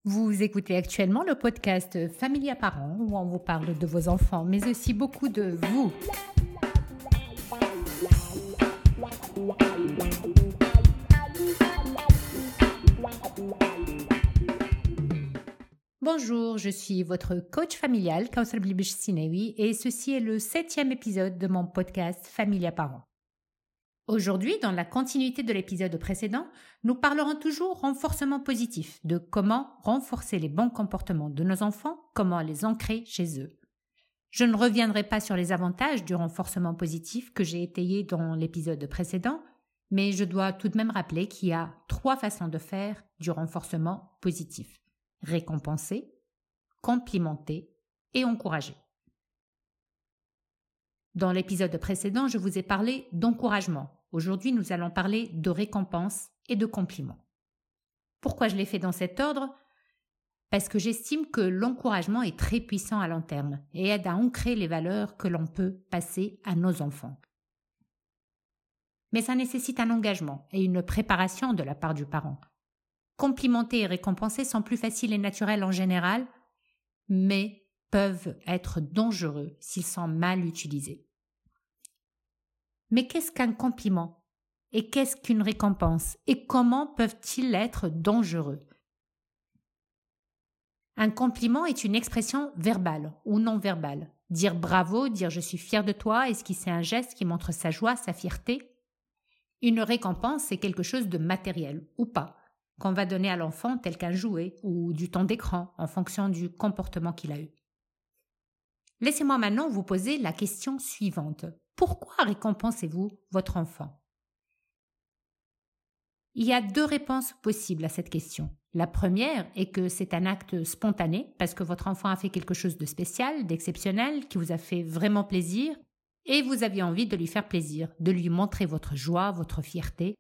Vous écoutez actuellement le podcast Familia Parents où on vous parle de vos enfants, mais aussi beaucoup de vous. Bonjour, je suis votre coach familial, Kawthar Blibish Sinewi, et ceci est le 7e épisode de mon podcast Familia Parents. Aujourd'hui, dans la continuité de l'épisode précédent, nous parlerons toujours renforcement positif, de comment renforcer les bons comportements de nos enfants, comment les ancrer chez eux. Je ne reviendrai pas sur les avantages du renforcement positif que j'ai étayés dans l'épisode précédent, mais je dois tout de même rappeler qu'il y a 3 façons de faire du renforcement positif: récompenser, complimenter et encourager. Dans l'épisode précédent, je vous ai parlé d'encouragement. Aujourd'hui, nous allons parler de récompense et de compliments. Pourquoi je l'ai fait dans cet ordre ? Parce que j'estime que l'encouragement est très puissant à long terme et aide à ancrer les valeurs que l'on peut passer à nos enfants. Mais ça nécessite un engagement et une préparation de la part du parent. Complimenter et récompenser sont plus faciles et naturels en général, mais peuvent être dangereux s'ils sont mal utilisés. Mais qu'est-ce qu'un compliment ? Et qu'est-ce qu'une récompense ? Et comment peuvent-ils être dangereux ? Un compliment est une expression verbale ou non verbale. Dire bravo, dire je suis fier de toi, esquisser un geste qui montre sa joie, sa fierté. Une récompense, c'est quelque chose de matériel ou pas, qu'on va donner à l'enfant tel qu'un jouet ou du temps d'écran en fonction du comportement qu'il a eu. Laissez-moi maintenant vous poser la question suivante. Pourquoi récompensez-vous votre enfant ? Il y a 2 réponses possibles à cette question. La première est que c'est un acte spontané parce que votre enfant a fait quelque chose de spécial, d'exceptionnel, qui vous a fait vraiment plaisir et vous aviez envie de lui faire plaisir, de lui montrer votre joie, votre fierté.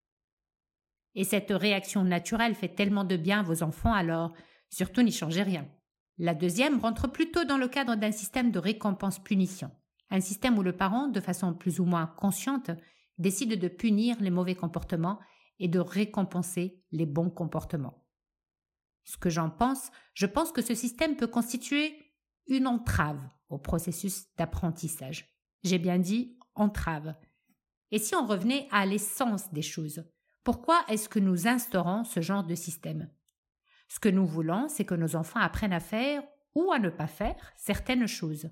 Et cette réaction naturelle fait tellement de bien à vos enfants, alors surtout n'y changez rien. La deuxième rentre plutôt dans le cadre d'un système de récompense-punition. Un système où le parent, de façon plus ou moins consciente, décide de punir les mauvais comportements et de récompenser les bons comportements. Ce que j'en pense, je pense que ce système peut constituer une entrave au processus d'apprentissage. J'ai bien dit entrave. Et si on revenait à l'essence des choses, pourquoi est-ce que nous instaurons ce genre de système ? Ce que nous voulons, c'est que nos enfants apprennent à faire ou à ne pas faire certaines choses.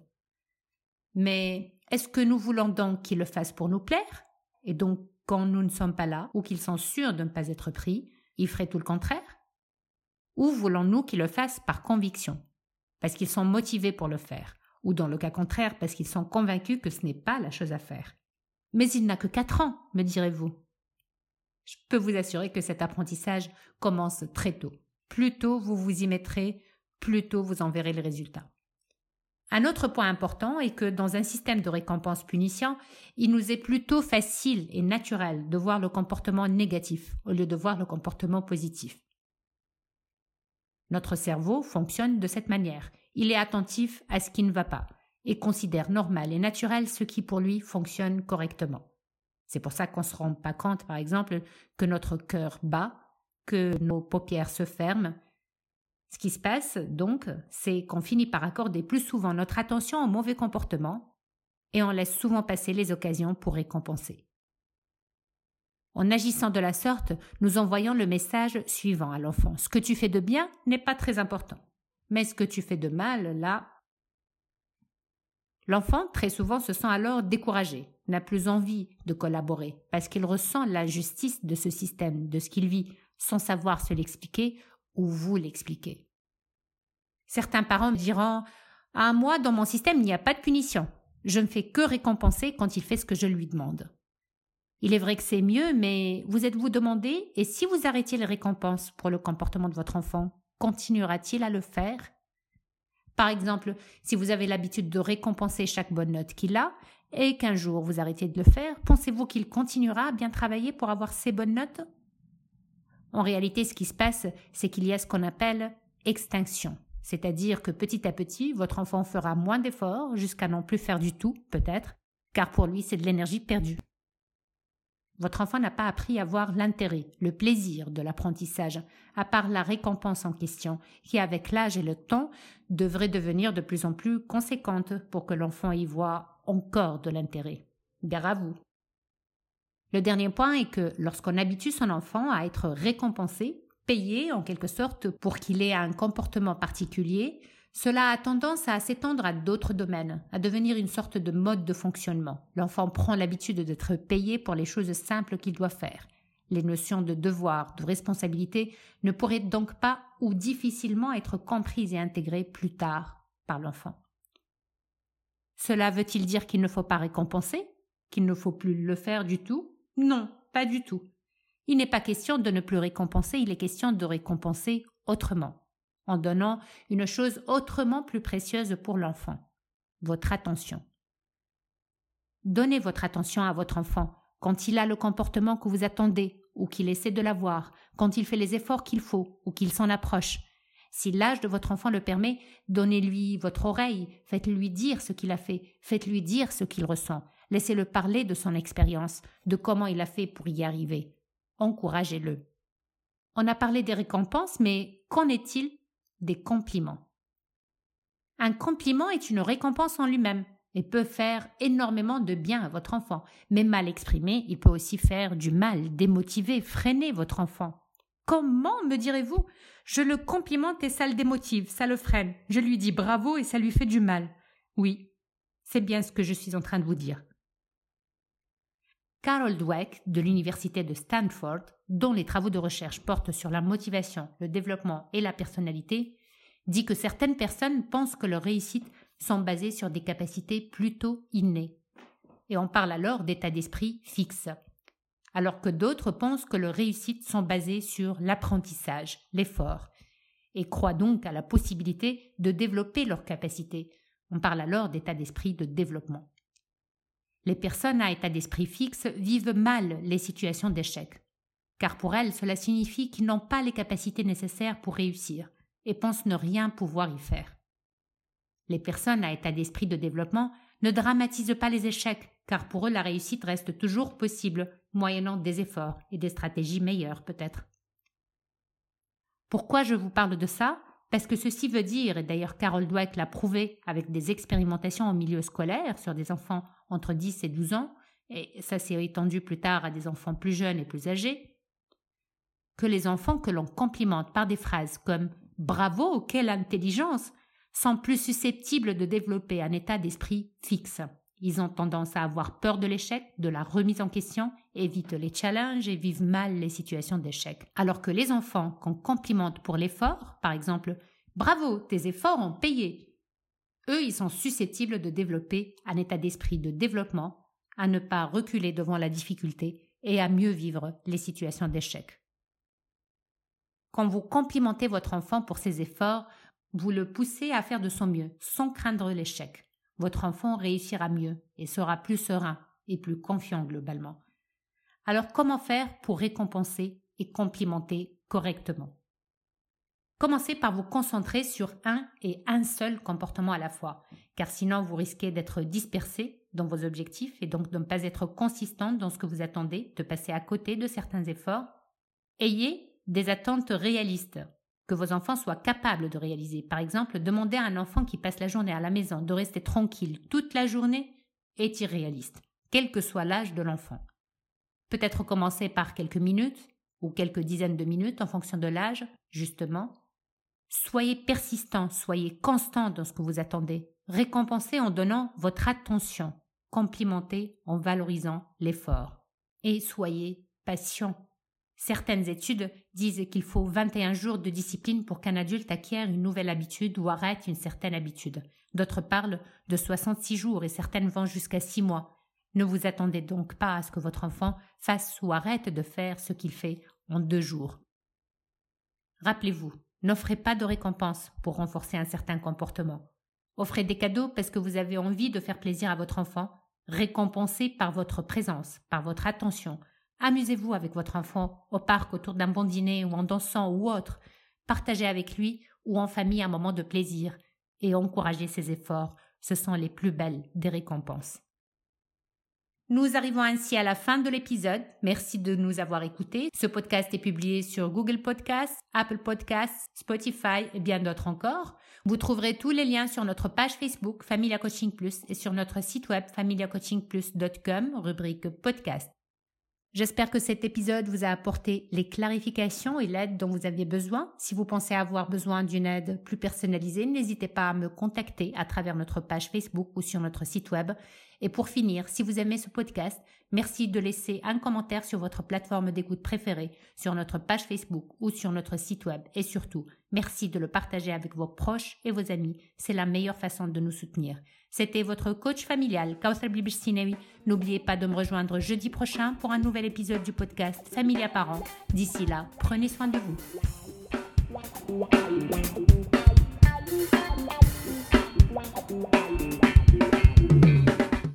Mais est-ce que nous voulons donc qu'ils le fassent pour nous plaire ? Et donc, quand nous ne sommes pas là, ou qu'ils sont sûrs de ne pas être pris, ils feraient tout le contraire ? Ou voulons-nous qu'ils le fassent par conviction, parce qu'ils sont motivés pour le faire, ou dans le cas contraire, parce qu'ils sont convaincus que ce n'est pas la chose à faire ? Mais il n'a que 4 ans, me direz-vous. Je peux vous assurer que cet apprentissage commence très tôt. Plus tôt vous vous y mettrez, plus tôt vous en verrez les résultats. Un autre point important est que dans un système de récompense-punition, il nous est plutôt facile et naturel de voir le comportement négatif au lieu de voir le comportement positif. Notre cerveau fonctionne de cette manière. Il est attentif à ce qui ne va pas et considère normal et naturel ce qui pour lui fonctionne correctement. C'est pour ça qu'on ne se rend pas compte, par exemple, que notre cœur bat, que nos paupières se ferment. Ce qui se passe, donc, c'est qu'on finit par accorder plus souvent notre attention aux mauvais comportements et on laisse souvent passer les occasions pour récompenser. En agissant de la sorte, nous envoyons le message suivant à l'enfant. Ce que tu fais de bien n'est pas très important, mais ce que tu fais de mal, là... L'enfant, très souvent, se sent alors découragé, n'a plus envie de collaborer parce qu'il ressent l'injustice de ce système, de ce qu'il vit, sans savoir se l'expliquer ou vous l'expliquer. Certains parents me diront « Ah, moi, dans mon système, il n'y a pas de punition. Je ne fais que récompenser quand il fait ce que je lui demande. » Il est vrai que c'est mieux, mais vous êtes-vous demandé, et si vous arrêtiez les récompenses pour le comportement de votre enfant, continuera-t-il à le faire ? Par exemple, si vous avez l'habitude de récompenser chaque bonne note qu'il a, et qu'un jour vous arrêtez de le faire, pensez-vous qu'il continuera à bien travailler pour avoir ces bonnes notes ? En réalité, ce qui se passe, c'est qu'il y a ce qu'on appelle extinction. C'est-à-dire que petit à petit, votre enfant fera moins d'efforts jusqu'à n'en plus faire du tout, peut-être, car pour lui, c'est de l'énergie perdue. Votre enfant n'a pas appris à voir l'intérêt, le plaisir de l'apprentissage, à part la récompense en question, qui avec l'âge et le temps devrait devenir de plus en plus conséquente pour que l'enfant y voit encore de l'intérêt. Gare à vous. Le dernier point est que lorsqu'on habitue son enfant à être récompensé, payé en quelque sorte pour qu'il ait un comportement particulier, cela a tendance à s'étendre à d'autres domaines, à devenir une sorte de mode de fonctionnement. L'enfant prend l'habitude d'être payé pour les choses simples qu'il doit faire. Les notions de devoir, de responsabilité ne pourraient donc pas ou difficilement être comprises et intégrées plus tard par l'enfant. Cela veut-il dire qu'il ne faut pas récompenser? Qu'il ne faut plus le faire du tout? Non, pas du tout. Il n'est pas question de ne plus récompenser, il est question de récompenser autrement, en donnant une chose autrement plus précieuse pour l'enfant, votre attention. Donnez votre attention à votre enfant quand il a le comportement que vous attendez ou qu'il essaie de l'avoir, quand il fait les efforts qu'il faut ou qu'il s'en approche. Si l'âge de votre enfant le permet, donnez-lui votre oreille, faites-lui dire ce qu'il a fait, faites-lui dire ce qu'il ressent, laissez-le parler de son expérience, de comment il a fait pour y arriver. Encouragez-le. On a parlé des récompenses, mais qu'en est-il des compliments? Un compliment est une récompense en lui-même et peut faire énormément de bien à votre enfant, mais mal exprimé, il peut aussi faire du mal, démotiver, freiner votre enfant. Comment, me direz-vous? Je le complimente et ça le démotive, ça le freine. Je lui dis bravo et ça lui fait du mal. Oui, c'est bien ce que je suis en train de vous dire. Carol Dweck, de l'université de Stanford, dont les travaux de recherche portent sur la motivation, le développement et la personnalité, dit que certaines personnes pensent que leurs réussites sont basées sur des capacités plutôt innées. Et on parle alors d'état d'esprit fixe. Alors que d'autres pensent que leurs réussites sont basées sur l'apprentissage, l'effort, et croient donc à la possibilité de développer leurs capacités. On parle alors d'état d'esprit de développement. Les personnes à état d'esprit fixe vivent mal les situations d'échec, car pour elles, cela signifie qu'ils n'ont pas les capacités nécessaires pour réussir et pensent ne rien pouvoir y faire. Les personnes à état d'esprit de développement ne dramatisent pas les échecs, car pour eux la réussite reste toujours possible, moyennant des efforts et des stratégies meilleures peut-être. Pourquoi je vous parle de ça? Parce que ceci veut dire, et d'ailleurs Carol Dweck l'a prouvé avec des expérimentations au milieu scolaire sur des enfants entre 10 et 12 ans, et ça s'est étendu plus tard à des enfants plus jeunes et plus âgés, que les enfants que l'on complimente par des phrases comme « bravo, quelle intelligence !» sont plus susceptibles de développer un état d'esprit fixe. Ils ont tendance à avoir peur de l'échec, de la remise en question, évitent les challenges et vivent mal les situations d'échec. Alors que les enfants qu'on complimente pour l'effort, par exemple « bravo, tes efforts ont payé », eux, ils sont susceptibles de développer un état d'esprit de développement, à ne pas reculer devant la difficulté et à mieux vivre les situations d'échec. Quand vous complimentez votre enfant pour ses efforts, vous le poussez à faire de son mieux, sans craindre l'échec. Votre enfant réussira mieux et sera plus serein et plus confiant globalement. Alors comment faire pour récompenser et complimenter correctement? Commencez par vous concentrer sur un seul comportement à la fois, car sinon vous risquez d'être dispersé dans vos objectifs et donc de ne pas être consistant dans ce que vous attendez, de passer à côté de certains efforts. Ayez des attentes réalistes que vos enfants soient capables de réaliser. Par exemple, demander à un enfant qui passe la journée à la maison de rester tranquille toute la journée est irréaliste, quel que soit l'âge de l'enfant. Peut-être commencer par quelques minutes ou quelques dizaines de minutes en fonction de l'âge, justement. Soyez persistant, soyez constant dans ce que vous attendez. Récompensez en donnant votre attention, complimentez en valorisant l'effort. Et soyez patient. Certaines études disent qu'il faut 21 jours de discipline pour qu'un adulte acquiert une nouvelle habitude ou arrête une certaine habitude. D'autres parlent de 66 jours et certaines vont jusqu'à 6 mois. Ne vous attendez donc pas à ce que votre enfant fasse ou arrête de faire ce qu'il fait en 2 jours. Rappelez-vous, n'offrez pas de récompense pour renforcer un certain comportement. Offrez des cadeaux parce que vous avez envie de faire plaisir à votre enfant. Récompensez par votre présence, par votre attention. Amusez-vous avec votre enfant au parc autour d'un bon dîner ou en dansant ou autre. Partagez avec lui ou en famille un moment de plaisir et encouragez ses efforts. Ce sont les plus belles des récompenses. Nous arrivons ainsi à la fin de l'épisode. Merci de nous avoir écoutés. Ce podcast est publié sur Google Podcasts, Apple Podcasts, Spotify et bien d'autres encore. Vous trouverez tous les liens sur notre page Facebook Familia Coaching Plus et sur notre site web familiacoachingplus.com, rubrique podcast. J'espère que cet épisode vous a apporté les clarifications et l'aide dont vous aviez besoin. Si vous pensez avoir besoin d'une aide plus personnalisée, n'hésitez pas à me contacter à travers notre page Facebook ou sur notre site web. Et pour finir, si vous aimez ce podcast, merci de laisser un commentaire sur votre plateforme d'écoute préférée, sur notre page Facebook ou sur notre site web. Et surtout, merci de le partager avec vos proches et vos amis. C'est la meilleure façon de nous soutenir. C'était votre coach familial, Kauthar Bibichsinewi. N'oubliez pas de me rejoindre jeudi prochain pour un nouvel épisode du podcast Familia Parents. D'ici là, prenez soin de vous.